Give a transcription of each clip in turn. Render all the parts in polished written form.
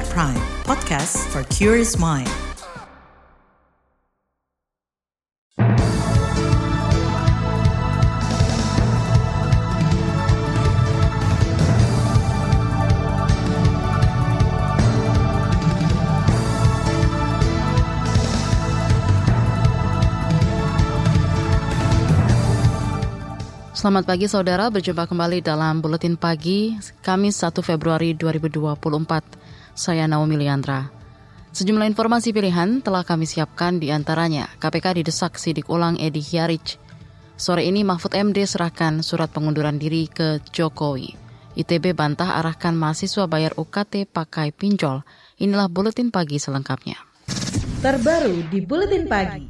KBR Prime, podcast for curious mind. Selamat pagi saudara, berjumpa kembali dalam Buletin Pagi, Kamis 1 Februari 2024. Saya Naomi Liandra. Sejumlah informasi pilihan telah kami siapkan, di antaranya KPK didesak sidik ulang Edi Hiaric. Sore ini Mahfud MD serahkan surat pengunduran diri ke Jokowi. ITB bantah arahkan mahasiswa bayar UKT pakai pinjol. Inilah Buletin Pagi selengkapnya. Terbaru di Buletin Pagi.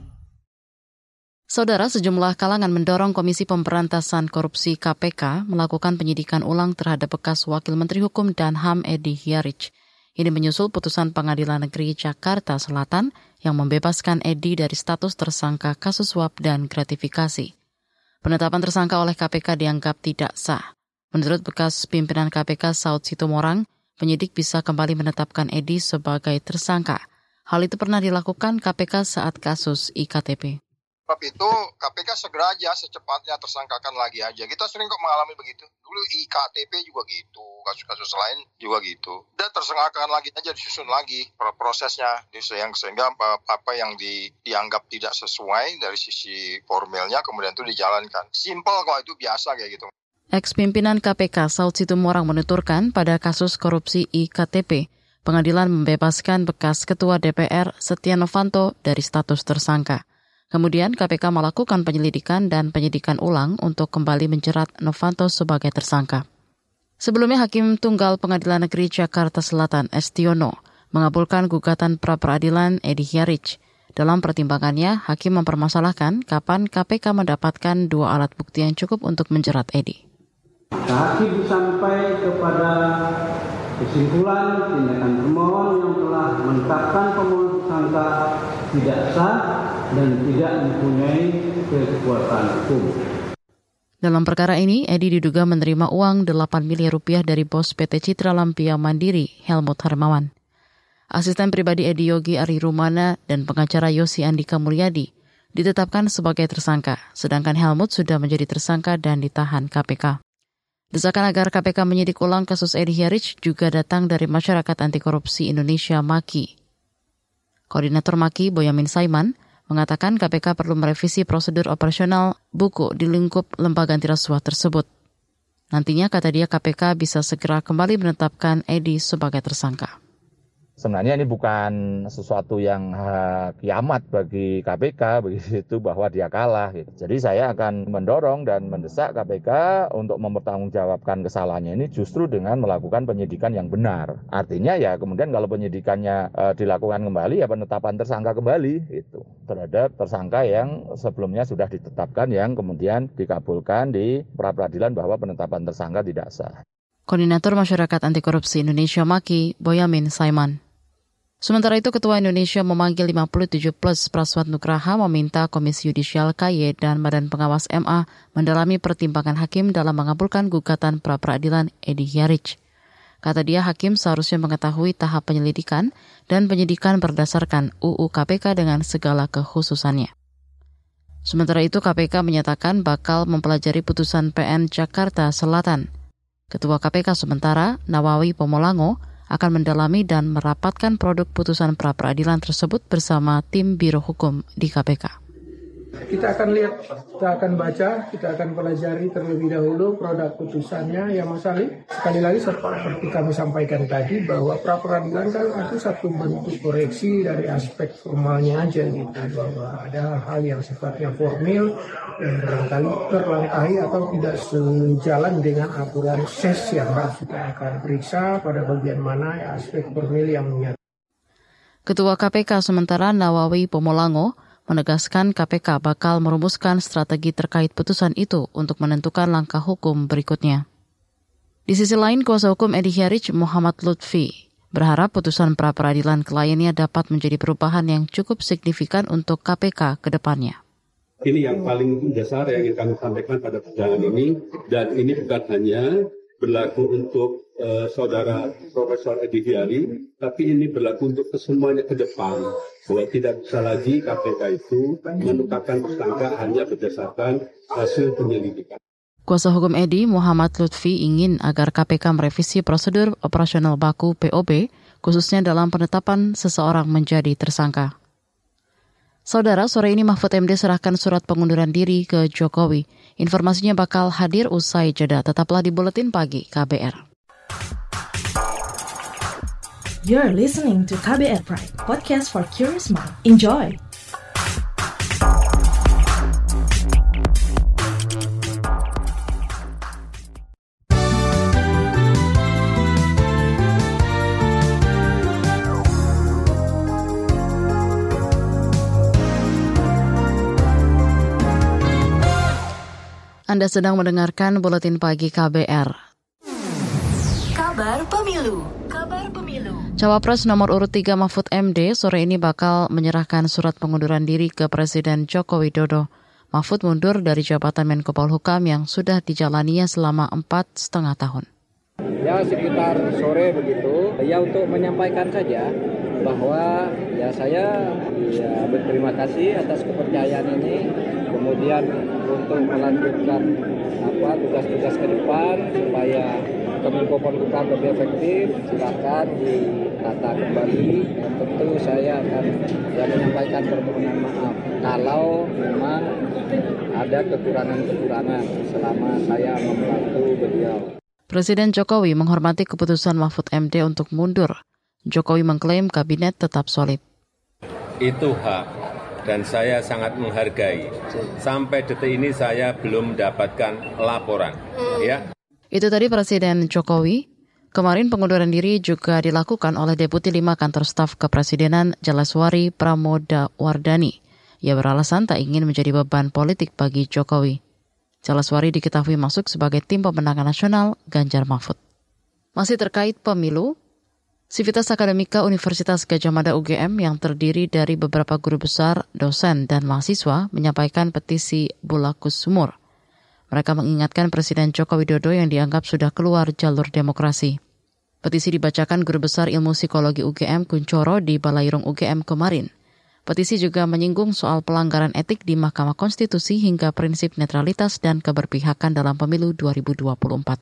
Saudara, sejumlah kalangan mendorong Komisi Pemberantasan Korupsi KPK melakukan penyidikan ulang terhadap bekas Wakil Menteri Hukum dan HAM Edi Hiaric. Ini menyusul putusan Pengadilan Negeri Jakarta Selatan yang membebaskan Edi dari status tersangka kasus suap dan gratifikasi. Penetapan tersangka oleh KPK dianggap tidak sah. Menurut bekas pimpinan KPK Saud Situmorang, penyidik bisa kembali menetapkan Edi sebagai tersangka. Hal itu pernah dilakukan KPK saat kasus IKTP. Sebab itu KPK segera aja secepatnya tersangkakan lagi aja. Kita sering kok mengalami begitu. Dulu IKTP juga gitu, kasus-kasus lain juga gitu. Dan tersangkakan lagi aja, disusun lagi prosesnya. Sehingga apa yang dianggap tidak sesuai dari sisi formilnya kemudian itu dijalankan. Simple kok, itu biasa kayak gitu. Ex-pimpinan KPK Saud Situmorang menuturkan pada kasus korupsi IKTP, pengadilan membebaskan bekas Ketua DPR Setia Novanto dari status tersangka. Kemudian KPK melakukan penyelidikan dan penyidikan ulang untuk kembali menjerat Novanto sebagai tersangka. Sebelumnya Hakim Tunggal Pengadilan Negeri Jakarta Selatan Estiono mengabulkan gugatan pra-peradilan Edi Hiaric. Dalam pertimbangannya, Hakim mempermasalahkan kapan KPK mendapatkan dua alat bukti yang cukup untuk menjerat Edi. Hakim sampai kepada kesimpulan tindakan termohon yang telah menetapkan pemohon tersangka tidak sah dan tidak mempunyai kekuatan hukum. Dalam perkara ini, Edi diduga menerima uang 8 miliar rupiah dari bos PT Citra Lampia Mandiri, Helmut Hermawan. Asisten pribadi Edi Yogi Ari Rumana dan pengacara Yosi Andika Mulyadi ditetapkan sebagai tersangka, sedangkan Helmut sudah menjadi tersangka dan ditahan KPK. Desakan agar KPK menyidik ulang kasus Edi Hiaric juga datang dari Masyarakat Anti Korupsi Indonesia MAKI. Koordinator MAKI Boyamin Saiman mengatakan KPK perlu merevisi prosedur operasional buku di lingkup lembaga anti rasuah tersebut. Nantinya, kata dia, KPK bisa segera kembali menetapkan Edi sebagai tersangka. Sebenarnya ini bukan sesuatu yang kiamat bagi KPK begitu bahwa dia kalah gitu. Jadi saya akan mendorong dan mendesak KPK untuk mempertanggungjawabkan kesalahannya ini justru dengan melakukan penyidikan yang benar. Artinya ya kemudian kalau penyidikannya dilakukan kembali ya penetapan tersangka kembali itu terhadap tersangka yang sebelumnya sudah ditetapkan yang kemudian dikabulkan di pra-peradilan bahwa penetapan tersangka tidak sah. Koordinator Masyarakat Anti Korupsi Indonesia MAKI Boyamin Saiman. Sementara itu, Ketua Indonesia memanggil 57 plus Praswat Nugraha meminta Komisi Yudisial KY dan Badan Pengawas MA mendalami pertimbangan hakim dalam mengabulkan gugatan pra-peradilan Edi Hiaric. Kata dia, hakim seharusnya mengetahui tahap penyelidikan dan penyidikan berdasarkan UU KPK dengan segala kekhususannya. Sementara itu, KPK menyatakan bakal mempelajari putusan PN Jakarta Selatan. Ketua KPK sementara, Nawawi Pomolango, akan mendalami dan merapatkan produk putusan pra-peradilan tersebut bersama tim Biro Hukum di KPK. Kita akan lihat, kita akan baca, kita akan pelajari terlebih dahulu produk putusannya. Ya Mas Ali, sekali lagi seperti kami sampaikan tadi bahwa pra-peradilan kan itu satu bentuk koreksi dari aspek formalnya aja gitu, bahwa ada hal yang sifatnya formil yang barangkali terlangkahi atau tidak sejalan dengan aturan ses yang harus kita akan periksa pada bagian mana ya, aspek formil yang menyatakan. Ketua KPK sementara Nawawi Pomolango menegaskan KPK bakal merumuskan strategi terkait putusan itu untuk menentukan langkah hukum berikutnya. Di sisi lain, kuasa hukum Edi Hiaric, Muhammad Lutfi, berharap putusan pra-peradilan kliennya dapat menjadi perubahan yang cukup signifikan untuk KPK ke depannya. Ini yang paling dasar yang ingin kami sampaikan pada perjalanan ini, dan ini bukan hanya berlaku untuk saudara Profesor Edi Hiari, tapi ini berlaku untuk kesemuanya ke depan, bahwa tidak bisa lagi KPK itu menetapkan tersangka hanya berdasarkan hasil penyelidikan. Kuasa hukum Edi, Muhammad Lutfi, ingin agar KPK merevisi prosedur operasional baku POB, khususnya dalam penetapan seseorang menjadi tersangka. Saudara, sore ini Mahfud MD serahkan surat pengunduran diri ke Jokowi. Informasinya bakal hadir usai jeda. Tetaplah di Buletin Pagi KBR. You're listening to KBR Pride, podcast for curious mind. Enjoy! Anda sedang mendengarkan Buletin Pagi KBR. Kabar Pemilu. Cawapres nomor urut 3 Mahfud MD sore ini bakal menyerahkan surat pengunduran diri ke Presiden Joko Widodo. Mahfud mundur dari jabatan Menko Polhukam yang sudah dijalaninya selama 4,5 tahun. Ya sekitar sore begitu, ya untuk menyampaikan saja bahwa ya saya berterima kasih atas kepercayaan ini, kemudian untuk melanjutkan tugas-tugas ke depan supaya Kemenko Polhukam lebih efektif, silakan ditata kembali. Dan tentu saya akan menyampaikan permohonan maaf kalau memang ada kekurangan-kekurangan selama saya membantu beliau. Presiden Jokowi menghormati keputusan Mahfud MD untuk mundur. Jokowi mengklaim kabinet tetap solid. Itu hak dan saya sangat menghargai. Sampai detik ini saya belum mendapatkan laporan. Ya. Itu tadi Presiden Jokowi. Kemarin pengunduran diri juga dilakukan oleh Deputi 5 Kantor Staf Kepresidenan Jaleswari Pramodawardhani. Ia beralasan tak ingin menjadi beban politik bagi Jokowi. Jaleswari diketahui masuk sebagai tim pemenangan nasional Ganjar Mahfud. Masih terkait pemilu, Sivitas Akademika Universitas Gadjah Mada UGM yang terdiri dari beberapa guru besar, dosen, dan mahasiswa menyampaikan petisi Bulakus Sumur. Mereka mengingatkan Presiden Joko Widodo yang dianggap sudah keluar jalur demokrasi. Petisi dibacakan Guru Besar Ilmu Psikologi UGM Kunchoro di Balairung UGM kemarin. Petisi juga menyinggung soal pelanggaran etik di Mahkamah Konstitusi hingga prinsip netralitas dan keberpihakan dalam pemilu 2024.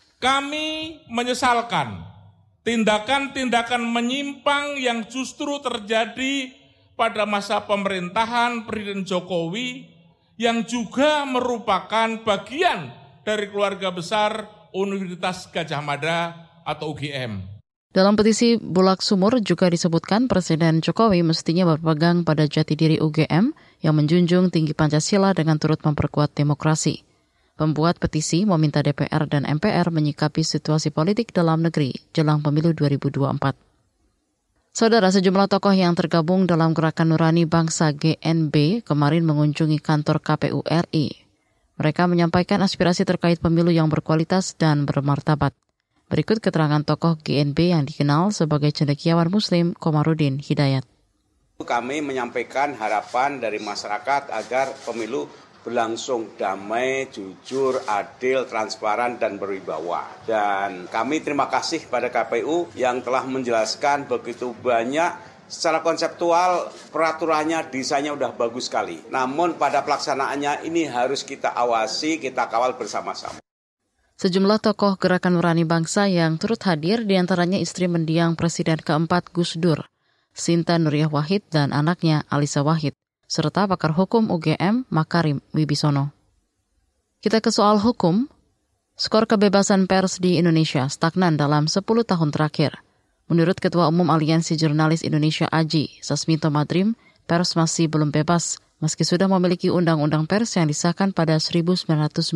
Kami menyesalkan tindakan-tindakan menyimpang yang justru terjadi pada masa pemerintahan Presiden Jokowi yang juga merupakan bagian dari keluarga besar Universitas Gadjah Mada atau UGM. Dalam petisi Bulak Sumur juga disebutkan Presiden Jokowi mestinya berpegang pada jati diri UGM yang menjunjung tinggi Pancasila dengan turut memperkuat demokrasi. Pembuat petisi meminta DPR dan MPR menyikapi situasi politik dalam negeri jelang pemilu 2024. Saudara, sejumlah tokoh yang tergabung dalam Gerakan Nurani Bangsa GNB kemarin mengunjungi kantor KPU RI. Mereka menyampaikan aspirasi terkait pemilu yang berkualitas dan bermartabat. Berikut keterangan tokoh GNB yang dikenal sebagai cendekiawan Muslim Komarudin Hidayat. Kami menyampaikan harapan dari masyarakat agar pemilu berlangsung damai, jujur, adil, transparan, dan berwibawa. Dan kami terima kasih pada KPU yang telah menjelaskan begitu banyak secara konseptual, peraturannya, desainnya udah bagus sekali. Namun pada pelaksanaannya ini harus kita awasi, kita kawal bersama-sama. Sejumlah tokoh Gerakan Nurani Bangsa yang turut hadir diantaranya istri mendiang Presiden keempat Gus Dur, Sinta Nuriyah Wahid dan anaknya Alisa Wahid, serta pakar hukum UGM Makarim Wibisono. Kita ke soal hukum. Skor kebebasan pers di Indonesia stagnan dalam 10 tahun terakhir. Menurut Ketua Umum Aliansi Jurnalis Indonesia AJI, Sasmito Madrim, pers masih belum bebas meski sudah memiliki undang-undang pers yang disahkan pada 1999.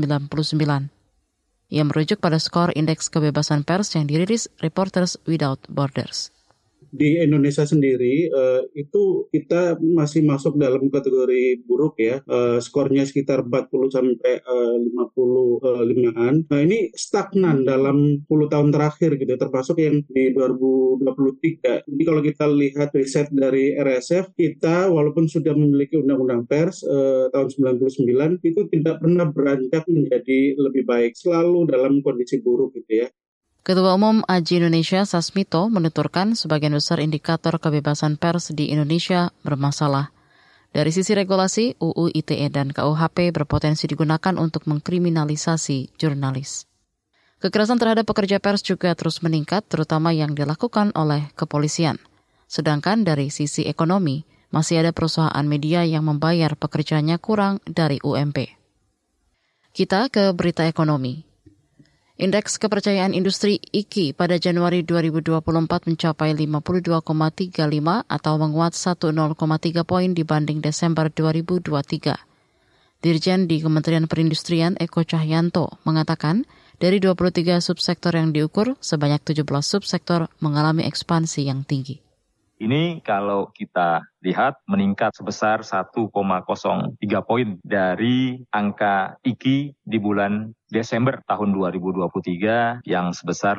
Ia merujuk pada skor indeks kebebasan pers yang dirilis Reporters Without Borders. di Indonesia sendiri itu kita masih masuk dalam kategori buruk ya, skornya sekitar 40 sampai 55-an. Nah ini stagnan dalam 10 tahun terakhir gitu, termasuk yang di 2023. Jadi kalau kita lihat riset dari RSF, kita walaupun sudah memiliki undang-undang pers tahun 99 itu tidak pernah beranjak menjadi lebih baik, selalu dalam kondisi buruk gitu ya. Ketua Umum AJI Indonesia Sasmito menuturkan sebagian besar indikator kebebasan pers di Indonesia bermasalah. Dari sisi regulasi, UU ITE dan KUHP berpotensi digunakan untuk mengkriminalisasi jurnalis. Kekerasan terhadap pekerja pers juga terus meningkat, terutama yang dilakukan oleh kepolisian. Sedangkan dari sisi ekonomi, masih ada perusahaan media yang membayar pekerjanya kurang dari UMP. Kita ke berita ekonomi. Indeks kepercayaan industri IKI pada Januari 2024 mencapai 52,35 atau menguat 10,3 poin dibanding Desember 2023. Dirjen di Kementerian Perindustrian Eko Cahyanto mengatakan dari 23 subsektor yang diukur, sebanyak 17 subsektor mengalami ekspansi yang tinggi. Ini kalau kita lihat meningkat sebesar 1,03 poin dari angka IKI di bulan Desember tahun 2023 yang sebesar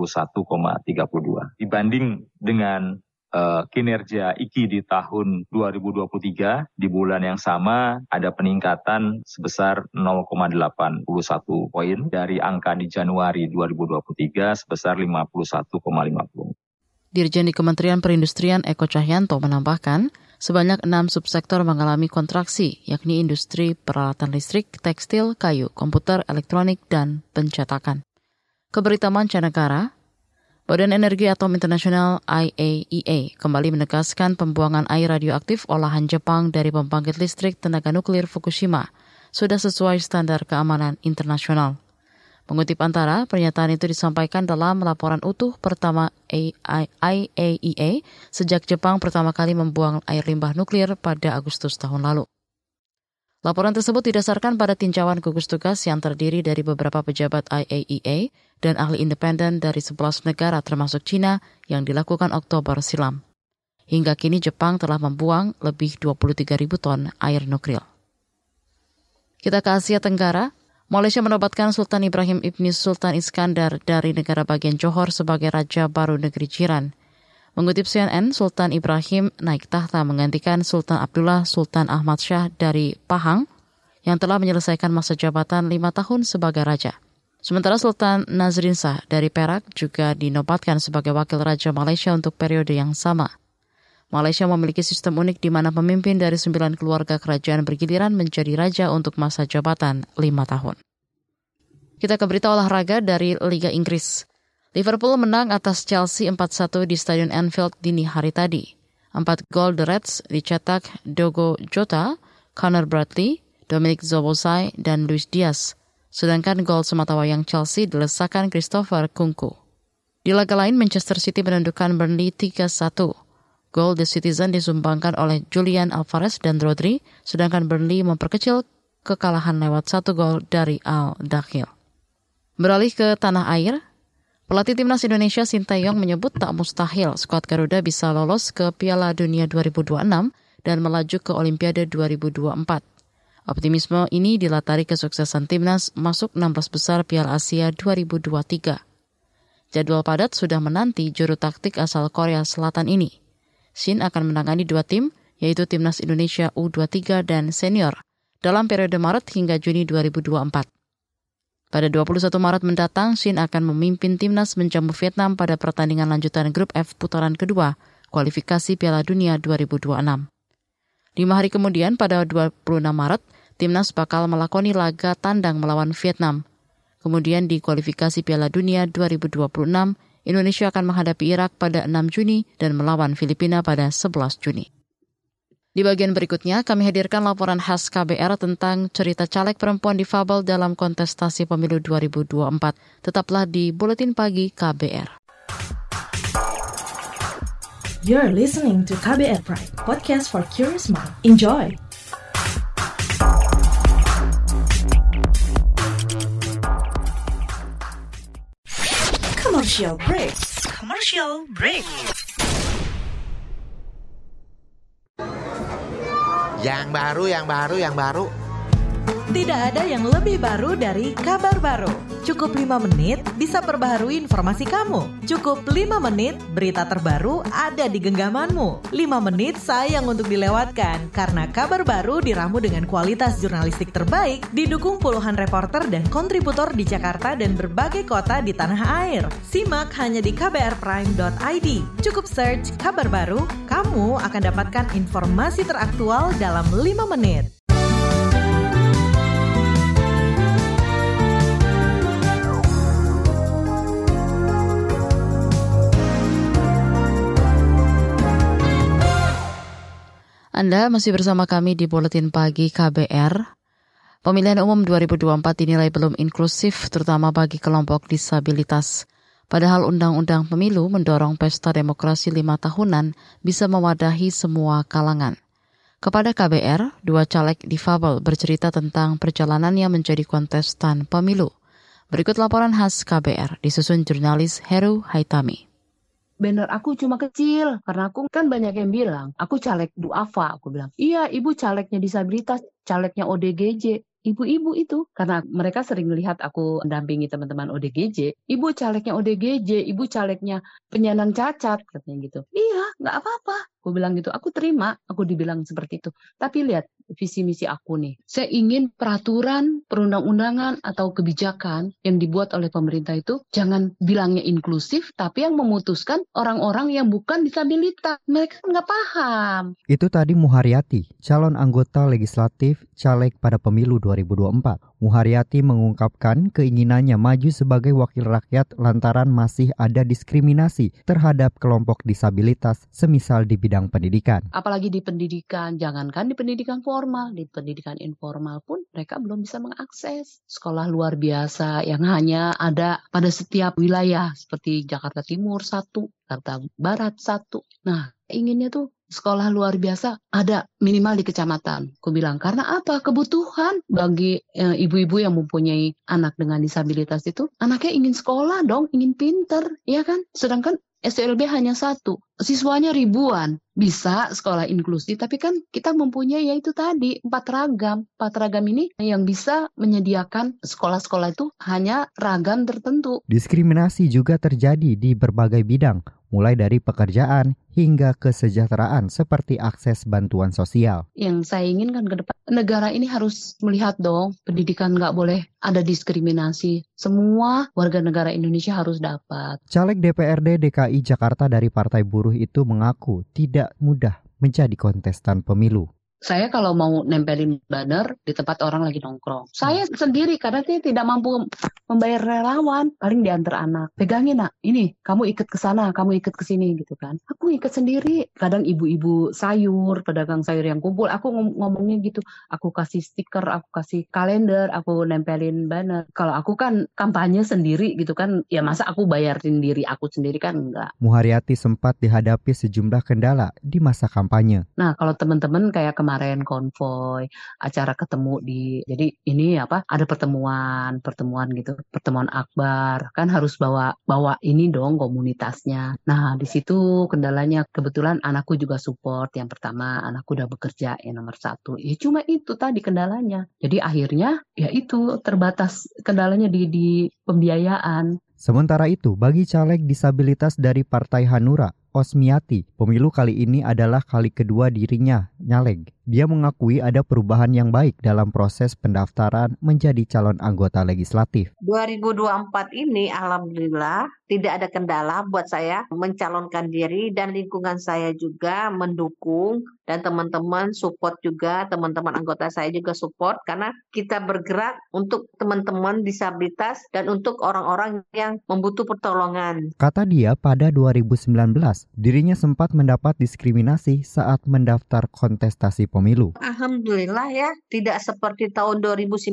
51,32. Dibanding dengan kinerja IKI di tahun 2023, di bulan yang sama ada peningkatan sebesar 0,81 poin dari angka di Januari 2023 sebesar 51,50. Dirjen di Kementerian Perindustrian Eko Cahyanto menambahkan, sebanyak 6 subsektor mengalami kontraksi, yakni industri peralatan listrik, tekstil, kayu, komputer, elektronik, dan pencetakan. Keberita mancanegara, Badan Energi Atom Internasional IAEA kembali menegaskan pembuangan air radioaktif olahan Jepang dari pembangkit listrik tenaga nuklir Fukushima sudah sesuai standar keamanan internasional. Mengutip Antara, pernyataan itu disampaikan dalam laporan utuh pertama IAEA sejak Jepang pertama kali membuang air limbah nuklir pada Agustus tahun lalu. Laporan tersebut didasarkan pada tinjauan gugus tugas yang terdiri dari beberapa pejabat IAEA dan ahli independen dari 11 negara termasuk China yang dilakukan Oktober silam. Hingga kini Jepang telah membuang lebih 23.000 ton air nuklir. Kita ke Asia Tenggara. Malaysia menobatkan Sultan Ibrahim Ibni Sultan Iskandar dari negara bagian Johor sebagai Raja Baru negeri jiran. Mengutip CNN, Sultan Ibrahim naik tahta menggantikan Sultan Abdullah Sultan Ahmad Shah dari Pahang yang telah menyelesaikan masa jabatan 5 tahun sebagai raja. Sementara Sultan Nazrin Shah dari Perak juga dinobatkan sebagai Wakil Raja Malaysia untuk periode yang sama. Malaysia memiliki sistem unik di mana pemimpin dari 9 keluarga kerajaan bergiliran menjadi raja untuk masa jabatan 5 tahun. Kita ke berita olahraga dari Liga Inggris. Liverpool menang atas Chelsea 4-1 di Stadion Anfield dini hari tadi. 4 gol The Reds dicetak Diogo Jota, Connor Bradley, Dominic Szoboszlai, dan Luis Diaz. Sedangkan gol sematawayang Chelsea dilesakan Christopher Nkunku. Di laga lain, Manchester City menundukkan Burnley 3-1. Gol The Citizen disumbangkan oleh Julian Alvarez dan Rodri, sedangkan Burnley memperkecil kekalahan lewat 1 gol dari Al-Dakhil. Beralih ke tanah air, pelatih timnas Indonesia Sintayong menyebut tak mustahil skuad Garuda bisa lolos ke Piala Dunia 2026 dan melaju ke Olimpiade 2024. Optimisme ini dilatari kesuksesan timnas masuk 16 besar Piala Asia 2023. Jadwal padat sudah menanti juru taktik asal Korea Selatan ini. Shin akan menangani 2 tim, yaitu Timnas Indonesia U23 dan Senior, dalam periode Maret hingga Juni 2024. Pada 21 Maret mendatang, Shin akan memimpin Timnas menjamu Vietnam pada pertandingan lanjutan Grup F putaran kedua, kualifikasi Piala Dunia 2026. 5 hari kemudian, pada 26 Maret, Timnas bakal melakoni laga tandang melawan Vietnam. Kemudian di kualifikasi Piala Dunia 2026, Indonesia akan menghadapi Irak pada 6 Juni dan melawan Filipina pada 11 Juni. Di bagian berikutnya, kami hadirkan laporan khas KBR tentang cerita caleg perempuan difabel dalam kontestasi pemilu 2024. Tetaplah di Buletin Pagi KBR. You're listening to KBR Pride, podcast for curious mind. Enjoy! Commercial break. Yang baru. Tidak ada yang lebih baru dari Kabar Baru. Cukup 5 menit bisa perbaharui informasi kamu. Cukup 5 menit berita terbaru ada di genggamanmu. 5 menit sayang untuk dilewatkan karena Kabar Baru diramu dengan kualitas jurnalistik terbaik, didukung puluhan reporter dan kontributor di Jakarta dan berbagai kota di tanah air. Simak hanya di kbrprime.id. Cukup search Kabar Baru, kamu akan dapatkan informasi teraktual dalam 5 menit. Anda masih bersama kami di Buletin Pagi KBR. Pemilihan umum 2024 dinilai belum inklusif, terutama bagi kelompok disabilitas. Padahal Undang-Undang Pemilu mendorong pesta demokrasi 5 tahunan bisa mewadahi semua kalangan. Kepada KBR, 2 caleg difabel bercerita tentang perjalanannya menjadi kontestan pemilu. Berikut laporan khas KBR, disusun jurnalis Heru Haitami. Banner aku cuma kecil, karena aku kan banyak yang bilang, aku caleg duafa, aku bilang. Iya, ibu calegnya disabilitas, calegnya ODGJ. Ibu-ibu itu, karena mereka sering melihat aku mendampingi teman-teman ODGJ, ibu calegnya ODGJ, ibu calegnya penyandang cacat, katanya gitu. Iya, nggak apa-apa. Aku bilang gitu, aku terima, aku dibilang seperti itu. Tapi lihat, visi misi aku nih. Saya ingin peraturan, perundang-undangan, atau kebijakan yang dibuat oleh pemerintah itu, jangan bilangnya inklusif, tapi yang memutuskan orang-orang yang bukan disabilitas. Mereka nggak paham. Itu tadi Muharyati, calon anggota legislatif caleg pada pemilu 2024. Muharyati mengungkapkan keinginannya maju sebagai wakil rakyat lantaran masih ada diskriminasi terhadap kelompok disabilitas, semisal di bidang pendidikan. Apalagi di pendidikan, jangankan di pendidikan formal, di pendidikan informal pun mereka belum bisa mengakses sekolah luar biasa yang hanya ada pada setiap wilayah seperti Jakarta Timur 1, Jakarta Barat 1. Nah, inginnya tuh sekolah luar biasa ada minimal di kecamatan. Aku bilang, karena apa? Kebutuhan bagi ibu-ibu yang mempunyai anak dengan disabilitas itu, anaknya ingin sekolah dong, ingin pinter, ya kan? Sedangkan SLB hanya 1, siswanya ribuan. Bisa sekolah inklusi, tapi kan kita mempunyai yaitu tadi 4 ragam. 4 ragam ini yang bisa menyediakan sekolah-sekolah itu hanya ragam tertentu. Diskriminasi juga terjadi di berbagai bidang, mulai dari pekerjaan hingga kesejahteraan seperti akses bantuan sosial. Yang saya inginkan ke depan, negara ini harus melihat dong, pendidikan nggak boleh ada diskriminasi. Semua warga negara Indonesia harus dapat. Caleg DPRD DKI Jakarta dari Partai Buruh itu mengaku tidak mudah menjadi kontestan pemilu. Saya kalau mau nempelin banner di tempat orang lagi nongkrong, saya sendiri karena saya tidak mampu membayar relawan, paling diantar anak. Pegangin nak, ini kamu ikut ke sana, kamu ikut ke sini gitu kan. Aku ikut sendiri. Kadang ibu-ibu sayur, pedagang sayur yang kumpul, aku ngomongnya gitu. Aku kasih stiker, aku kasih kalender, aku nempelin banner. Kalau aku kan kampanye sendiri gitu kan, ya masa aku bayarin diri aku sendiri kan enggak. Muharyati sempat dihadapi sejumlah kendala di masa kampanye. Nah, kalau teman-teman kayak kemarin konvoy, acara ketemu jadi ini ada pertemuan gitu, pertemuan akbar, kan harus bawa ini dong komunitasnya. Nah, di situ kendalanya kebetulan anakku juga support. Yang pertama, anakku udah bekerja, yang nomor 1. Ya cuma itu tadi kendalanya. Jadi akhirnya ya itu terbatas kendalanya di pembiayaan. Sementara itu, bagi caleg disabilitas dari Partai Hanura, Osmiati, pemilu kali ini adalah kali kedua dirinya nyaleg. Dia mengakui ada perubahan yang baik dalam proses pendaftaran menjadi calon anggota legislatif. 2024 ini alhamdulillah tidak ada kendala buat saya mencalonkan diri dan lingkungan saya juga mendukung dan teman-teman support juga, teman-teman anggota saya juga support karena kita bergerak untuk teman-teman disabilitas dan untuk orang-orang yang membutuh pertolongan. Kata dia pada 2019, dirinya sempat mendapat diskriminasi saat mendaftar kontestasi pemilu. Alhamdulillah ya, tidak seperti tahun 2019.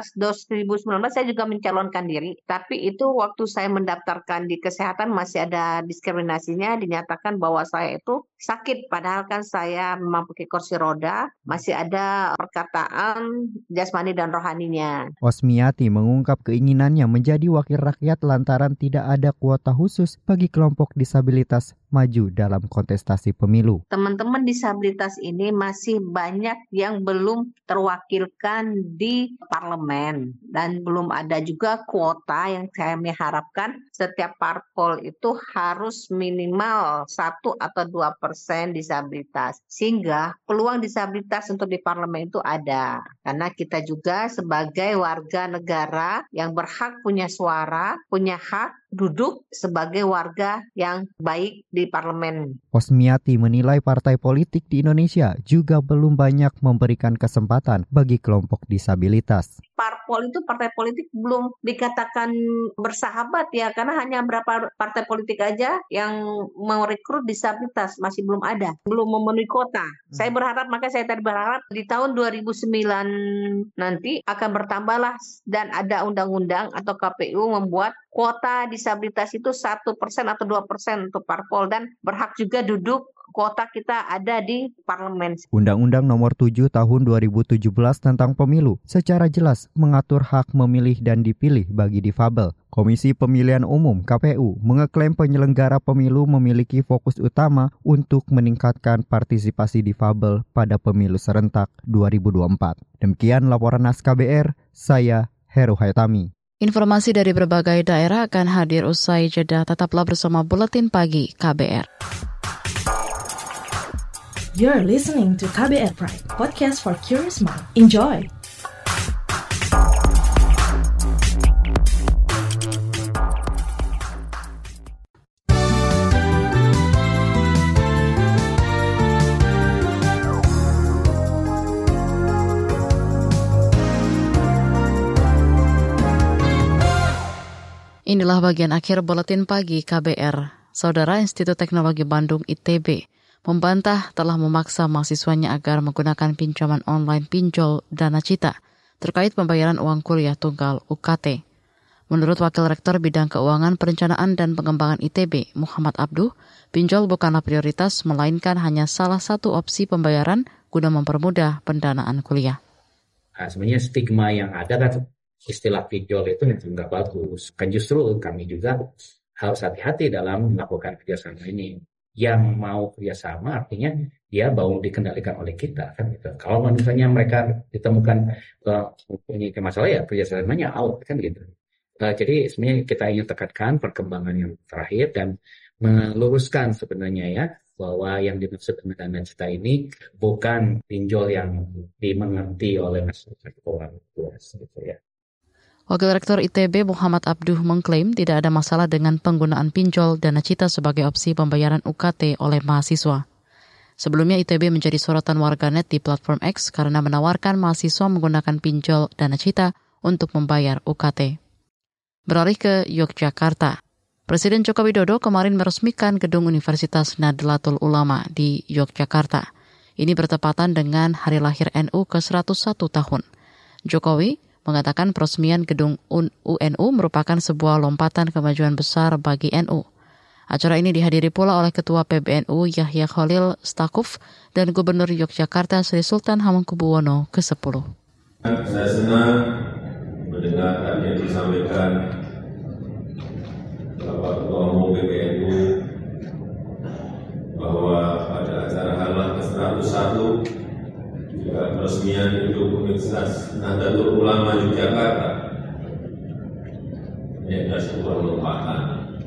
2019 saya juga mencalonkan diri, tapi itu waktu saya mendaftarkan di kesehatan masih ada diskriminasinya, dinyatakan bahwa saya itu sakit, padahal kan saya memang pakai kursi roda, masih ada perkataan jasmani dan rohaninya. Osmiati mengungkap keinginannya menjadi wakil rakyat lantaran tidak ada kuota khusus bagi kelompok disabilitas maju dalam kontestasi pemilu. Teman-teman disabilitas ini masih banyak yang belum terwakilkan di parlemen dan belum ada juga kuota yang kami harapkan setiap parpol itu harus minimal 1 atau 2% disabilitas sehingga peluang disabilitas untuk di parlemen itu ada karena kita juga sebagai warga negara yang berhak punya suara, punya hak duduk sebagai warga yang baik di parlemen. Osmiati menilai partai politik di Indonesia juga belum banyak memberikan kesempatan bagi kelompok disabilitas. Parpol itu partai politik belum dikatakan bersahabat ya karena hanya berapa partai politik aja yang merekrut disabilitas masih belum ada, belum memenuhi kuota. Saya berharap di tahun 2009 nanti akan bertambahlah dan ada undang-undang atau KPU membuat kuota disabilitas itu 1% atau 2% untuk parpol dan berhak juga duduk kuota kita ada di parlemen. Undang-Undang Nomor 7 Tahun 2017 tentang Pemilu secara jelas mengatur hak memilih dan dipilih bagi difabel. Komisi Pemilihan Umum (KPU) mengeklaim penyelenggara pemilu memiliki fokus utama untuk meningkatkan partisipasi difabel pada pemilu serentak 2024. Demikian laporan khas KBR, saya Heru Haitami. Informasi dari berbagai daerah akan hadir usai jeda. Tetaplah bersama Buletin Pagi KBR. You're listening to KBR Pride, podcast for curious mind. Enjoy! Inilah bagian akhir Buletin Pagi KBR. Saudara, Institut Teknologi Bandung ITB membantah telah memaksa mahasiswanya agar menggunakan pinjaman online pinjol Dana Cita terkait pembayaran uang kuliah tunggal UKT. Menurut Wakil Rektor Bidang Keuangan, Perencanaan dan Pengembangan ITB, Muhammad Abduh, pinjol bukanlah prioritas, melainkan hanya salah satu opsi pembayaran guna mempermudah pendanaan kuliah. Sebenarnya stigma yang ada kan istilah pinjol itu nggak bagus. Kan justru kami juga harus hati-hati dalam melakukan kerjasama ini. Yang mau kerjasama artinya dia mau dikendalikan oleh kita kan gitu. Kalau misalnya mereka ditemukan mempunyai masalah ya kerjasamanya out kan gitu. Jadi sebenarnya kita ingin tekankan perkembangan yang terakhir dan meluruskan sebenarnya ya bahwa yang dimaksud dengan Dana Cita ini bukan pinjol yang dimengerti oleh masyarakat orang luas gitu ya. Wakil Rektor ITB Muhammad Abduh mengklaim tidak ada masalah dengan penggunaan pinjol Dana Cita sebagai opsi pembayaran UKT oleh mahasiswa. Sebelumnya ITB menjadi sorotan warganet di platform X karena menawarkan mahasiswa menggunakan pinjol Dana Cita untuk membayar UKT. Beralih ke Yogyakarta. Presiden Joko Widodo kemarin meresmikan gedung Universitas Nahdlatul Ulama di Yogyakarta. Ini bertepatan dengan hari lahir NU ke-101 tahun. Jokowi mengatakan peresmian gedung UNU merupakan sebuah lompatan kemajuan besar bagi NU. Acara ini dihadiri pula oleh Ketua PBNU Yahya Khalil Stakuf dan Gubernur Yogyakarta Sri Sultan Hamengkubuwono ke-10. Saya senang mendengar tadi yang disampaikan Bapak Ketua Umum PBNU bahwa pada acara halal ke-101 juga peresmian gedung Universitas Nahdlatul Ulama Yogyakarta. Ini adalah sebuah lompatan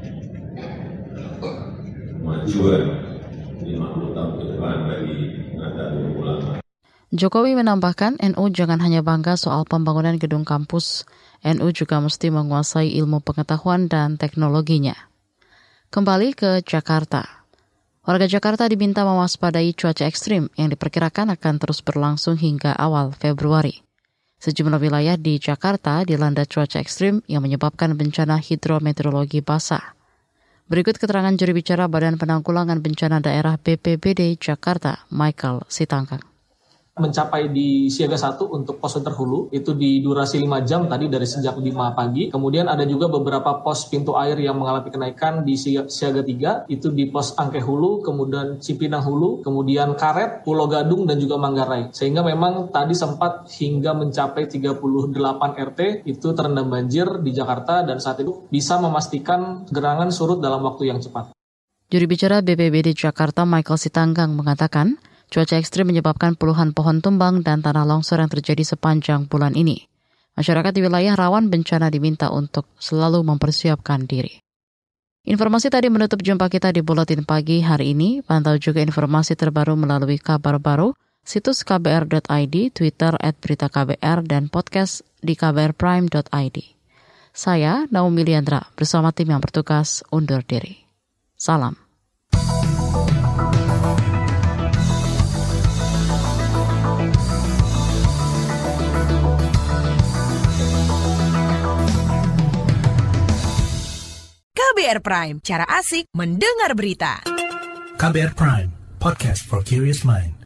kemajuan 50 tahun ke depan bagi Nahdlatul Ulama. Jokowi menambahkan NU jangan hanya bangga soal pembangunan gedung kampus, NU juga mesti menguasai ilmu pengetahuan dan teknologinya. Kembali ke Jakarta. Warga Jakarta diminta mewaspadai cuaca ekstrim yang diperkirakan akan terus berlangsung hingga awal Februari. Sejumlah wilayah di Jakarta dilanda cuaca ekstrim yang menyebabkan bencana hidrometeorologi basah. Berikut keterangan juru bicara Badan Penanggulangan Bencana Daerah BPBD Jakarta, Michael Sitangkang. Mencapai di siaga 1 untuk pos terhulu itu di durasi 5 jam tadi dari sejak 5 pagi. Kemudian ada juga beberapa pos pintu air yang mengalami kenaikan di siaga 3 itu di pos Angke Hulu, kemudian Cipinang Hulu, kemudian Karet, Pulau Gadung dan juga Manggarai. Sehingga memang tadi sempat hingga mencapai 38 RT itu terendam banjir di Jakarta dan saat itu bisa memastikan genangan surut dalam waktu yang cepat. Juru bicara BPBD Jakarta Michael Sitanggang mengatakan Cuaca ekstrim menyebabkan puluhan pohon tumbang dan tanah longsor yang terjadi sepanjang bulan ini. Masyarakat di wilayah rawan bencana diminta untuk selalu mempersiapkan diri. Informasi tadi menutup jumpa kita di Buletin Pagi hari ini. Pantau juga informasi terbaru melalui kabar baru, situs kbr.id, Twitter @beritaKBR, dan podcast di kbrprime.id. Saya, Naomi Liandra, bersama tim yang bertugas undur diri. Salam. KBR Prime, cara asik mendengar berita. KBR Prime, podcast for curious mind.